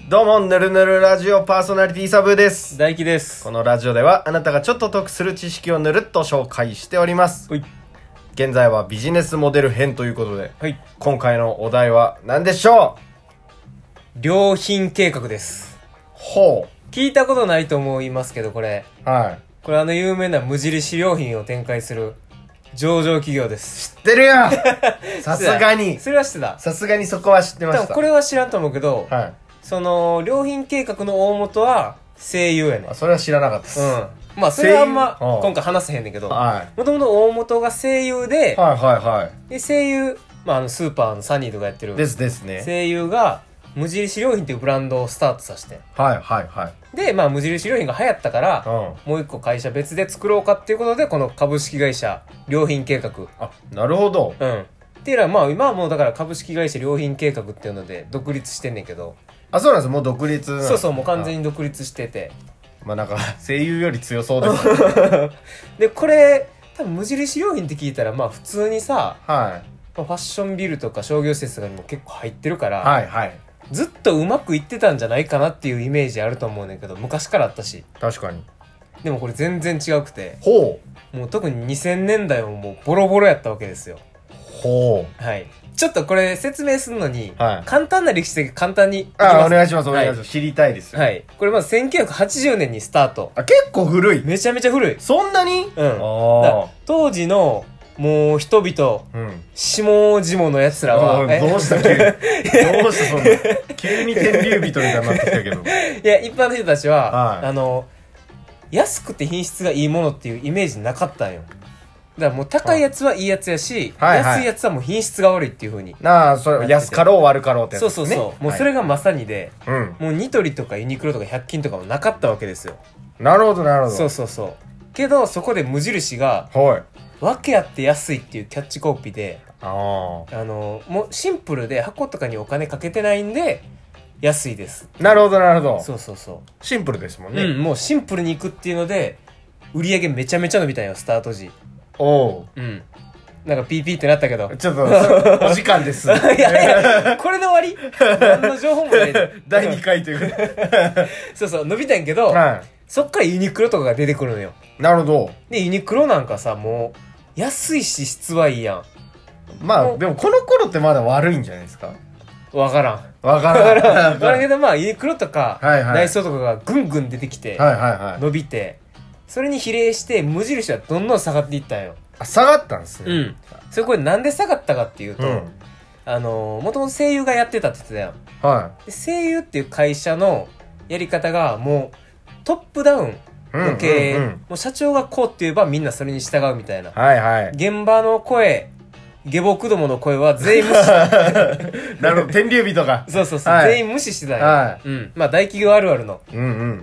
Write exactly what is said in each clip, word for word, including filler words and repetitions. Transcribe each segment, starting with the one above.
どうもぬるぬるラジオパーソナリティサブです。 大輝です。 このラジオではあなたがちょっと得する知識をぬるっと紹介しております。 はい。 現在はビジネスモデル編ということで、 はい。 今回のお題は何でしょう。良品計画です。 ほう。聞いたことないと思いますけど、これ。 はい。 これあの有名な無印良品を展開する上場企業です。 知ってるやんさすがに。 それは知ってた。 さすがにそこは知ってました。 多分これは知らんと思うけど、 はい。 その、良品計画の大元は声優やねん。 あ、それは知らなかったです。 うん。まあ、それはあんま、今回話せへんねんけど、 はい。 もともと大元が声優で、 はいはいはい。 で、声優、まあ、あの、スーパーのサニーとかやってる。 ですですね。 声優が、無印良品っていうブランドをスタートさせて。 はいはいはい。 で、まあ、無印良品が流行ったから、 うん、 もう一個会社別で作ろうかっていうことで、この株式会社良品計画。 あ、なるほど。 うん。っていうのは、まあ、今はもうだから株式会社良品計画っていうので独立してんねんけど。 あ、そうなんです。もう独立なんです、ね。 そうそう、もう完全に独立してて。 まあなんか、声優より強そうですね。 で、これ、多分無印良品って聞いたら、まあ普通にさ、 はい。 ファッションビルとか商業施設とかにも結構入ってるから、 はいはい。 ずっとうまくいってたんじゃないかなっていうイメージあると思うねんけど、昔からあったし。 確かに。 でもこれ全然違くて。 ほう。もう特ににせんねんだいはもうボロボロやったわけですよ。 ほう。はい。ちょっとこれ説明するのに、 はい、 簡単な歴史的簡単にいきます。 あ、お願いします、お願いします。はい、知りたいですよ。 はい。これまずせんきゅうひゃくはちじゅうねんにスタート。 あ、結構古い。 めちゃめちゃ古い。 そんなに？ うん。あ当時の、もう人々、うん、下々の奴らは、 どうした急にどうしたそんな急に天竜人みたいになってきたけど。 いや、一般の人たちは、 はい、 あの、安くて品質がいいものっていうイメージなかったんよ。だからもう高いやつはいいやつやし、はいはい、安いやつはもう品質が悪いっていう風に。 なあ、それ安かろう悪かろうってやつですね。そうそうそう。もうそれがまさにで、 はい、 もうニトリとかユニクロとかひゃく均とかもなかったわけですよ。 なるほどなるほど。 そうそうそう。けど、そこで無印が、 はい。 訳あって安いっていうキャッチコピーで、 ああの、もうシンプルで箱とかにお金かけてないんで、安いです。 なるほどなるほど。 そうそうそう。 シンプルですもんね。 うん、もうシンプルにいくっていうので、売り上げめちゃめちゃ伸びたんよ、スタート時。 おう。 うん。なんかピーピーってなったけど。 ちょっと、お時間です。いやいや、これで終わり何の情報もないで。 だいにかいという。 そうそう、伸びたんやけど、はい、そっからユニクロとかが出てくるのよ。 なるほど。 で、ユニクロなんかさ、もう、安いし質はいいやん。 まあ、でもこの頃ってまだ悪いんじゃないですか？ わからん。 わからん。 わからんけど、まあ、ユニクロとか、はいはい、ダイソーとかがぐんぐん出てきて、 はいはいはい、 伸びて、それに比例して、無印はどんどん下がっていったんよ。 あ、下がったんですね。 うん。それこれなんで下がったかっていうと、うん、あのー、もともと声優がやってたって言ってたやん。 はい。 で声優っていう会社のやり方が、もう、トップダウンの経営、うんうんうん、もう社長がこうって言えばみんなそれに従うみたいな。 はいはい。 現場の声、下僕どもの声は全員無視。 なるほど、天竜人が。 そうそうそう、はい、全員無視してたんよ。はい。うん。まあ大企業あるあるの。 うんうん。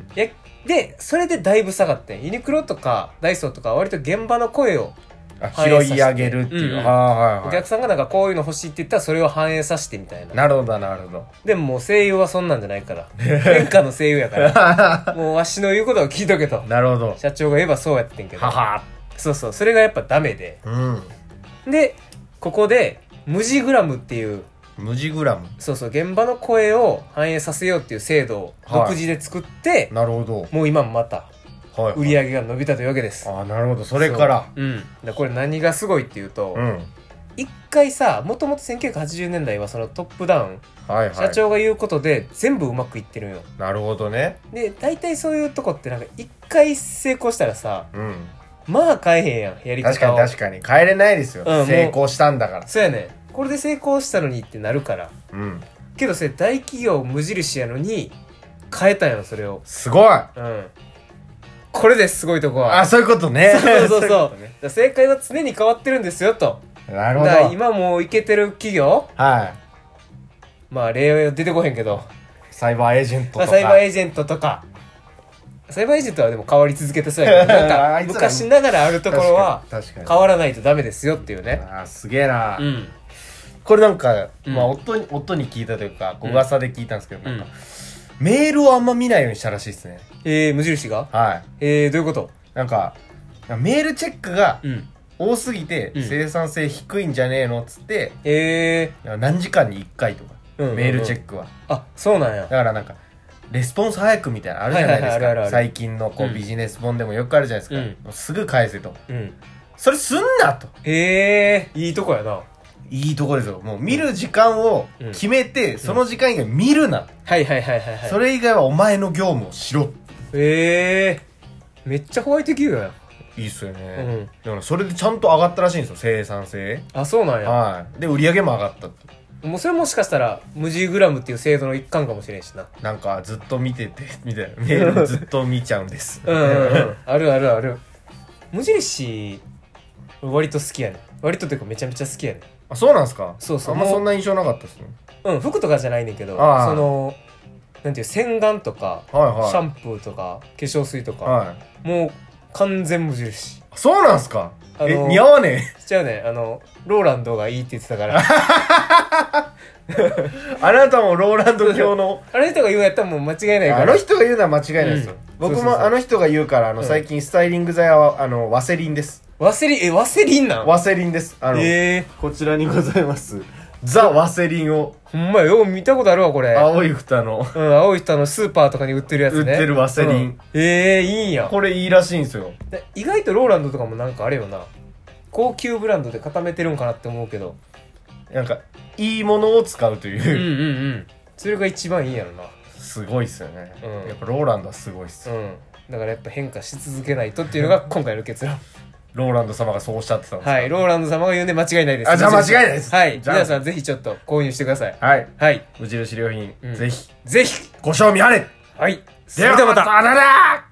やで、それでだいぶ下がってん。ユニクロとかダイソーとかは割と現場の声を拾い上げるっていう。うんうん、はいはい。 お客さんがなんかこういうの欲しいって言ったらそれを反映させてみたいな。 なるほどなるほど。 でももう声優はそんなんじゃないから。天下の声優やから。もうわしの言うことを聞いとけと。 なるほど。 社長が言えばそうやってんけど。 はは。 そうそう。それがやっぱダメで。 うん。 で、ここで、ムジグラムっていう。 ムジグラム。 そうそう。現場の声を反映させようっていう制度を独自で作って。はい、 なるほど。 もう今もまた。はい、売り上げが伸びたというわけです。 ああ、なるほど。それから。 う。うん。だこれ何がすごいっていうと、 うん、 一回さ、もともとせんきゅうひゃくはちじゅうねんだいはそのトップダウン、 はいはい、 社長が言うことで全部うまくいってるんよ。 なるほどね。 で、大体そういうとこってなんか一回成功したらさ、 うん、 まあ変えへんやん、やり方を。 確かに確かに。変えれないですよ。うん、成功したんだから。 そうやね。これで成功したのにってなるから。 うん。けどそれ大企業無印やのに変えたんやろ、それを。 すごい。 うん。これですごいとこは。 あ、そういうことね。 そうそうそう。ね、正解は常に変わってるんですよと。 なるほど。 だから今もういけてる企業、 はい。 まあ例は出てこへんけど。 サイバーエージェントとか。 サイバーエージェントとか。サイバーエージェントはでも変わり続けてそうやけど、なんか昔ながらあるところは変わらないとダメですよっていうね。 あ、すげえな。 うん。 これなんか、まあ夫に、夫に聞いたというか、噂で聞いたんですけど、なんか、メールをあんま見ないようにしたらしいですね。 えー、無印が？ はい。 えー、どういうこと？ なんか、メールチェックが多すぎて生産性低いんじゃねえのっつって、 えー、何時間にいっかいとか、メールチェックは。 あ、そうなんや。 だからなんか、 レスポンス早くみたいなのあるじゃないですはいはいはいあるあるあるか。最近のこう、 うんビジネス本でもよくあるじゃないですか。 うんもうすぐ返せと。 うんそれすんなと。 へえいいとこやな。 いいとこですよ。もう見る時間を決めて、その時間以外見るな。 はいはいはいはいはいそれ以外はお前の業務をしろ。 へえめっちゃホワイト企業やん。 いいっすよね。 うんだからそれでちゃんと上がったらしいんですよ、生産性。 あそうなんや。 はい。で、売り上げも上がったって。 もうそれもしかしたら無地グラムっていう制度の一環かもしれんしな。 なんかずっと見てて、みたいな。メールずっと見ちゃうんです。 うんうんうんあるあるある。無印割と好きやねん。割とというかめちゃめちゃ好きやねん。 あ、そうなんすか？ そうそうあんまそんな印象なかったっすね。 うん服とかじゃないねんけど、 ああそのなんていう洗顔とか、 はいはい。 シャンプーとか化粧水とか、 はい。 もう完全無印。 そうなんすか？ あのえ、似合わねしちゃうねあのローランドがいいって言ってたからえ。あなたもローランド教の。 あの人が言うやったらもう間違いないから。 あの人が言うのは間違いないですよ。 うん僕そうそうそうもあの人が言うから、あの、 うん最近スタイリング剤は、あの、ワセリンです。 ワセリンえワセリンなんワセリンです。あの、 ええこちらにございます。ザ・ワセリンを、 ほんまよう見たことあるわこれ。 青い蓋の、 うん青い人のスーパーとかに売ってるやつね。 売ってるワセリンうんええいいんや。 これいいらしいんですよ。 で意外とローランドとかもなんかあれよな高級ブランドで固めてるんかなって思うけどなんか、いいものを使うとうんいうう、 んうんそれが一番いいんやろな。 すごいっすよね。 うんやっぱローランドはすごいっすよ。 うんだからやっぱ変化し続けないとっていうのが今回の結論。 ローランド様がそうおっしゃってたんですか？ はいローランド様が言うんで間違いないです。 あじゃあ間違いないですはいじゃあ皆さんぜひちょっと購入してください。 はい。 はい無印良品、 うんぜひ、 ぜひご賞味あれ。 はいそではれではまたまただ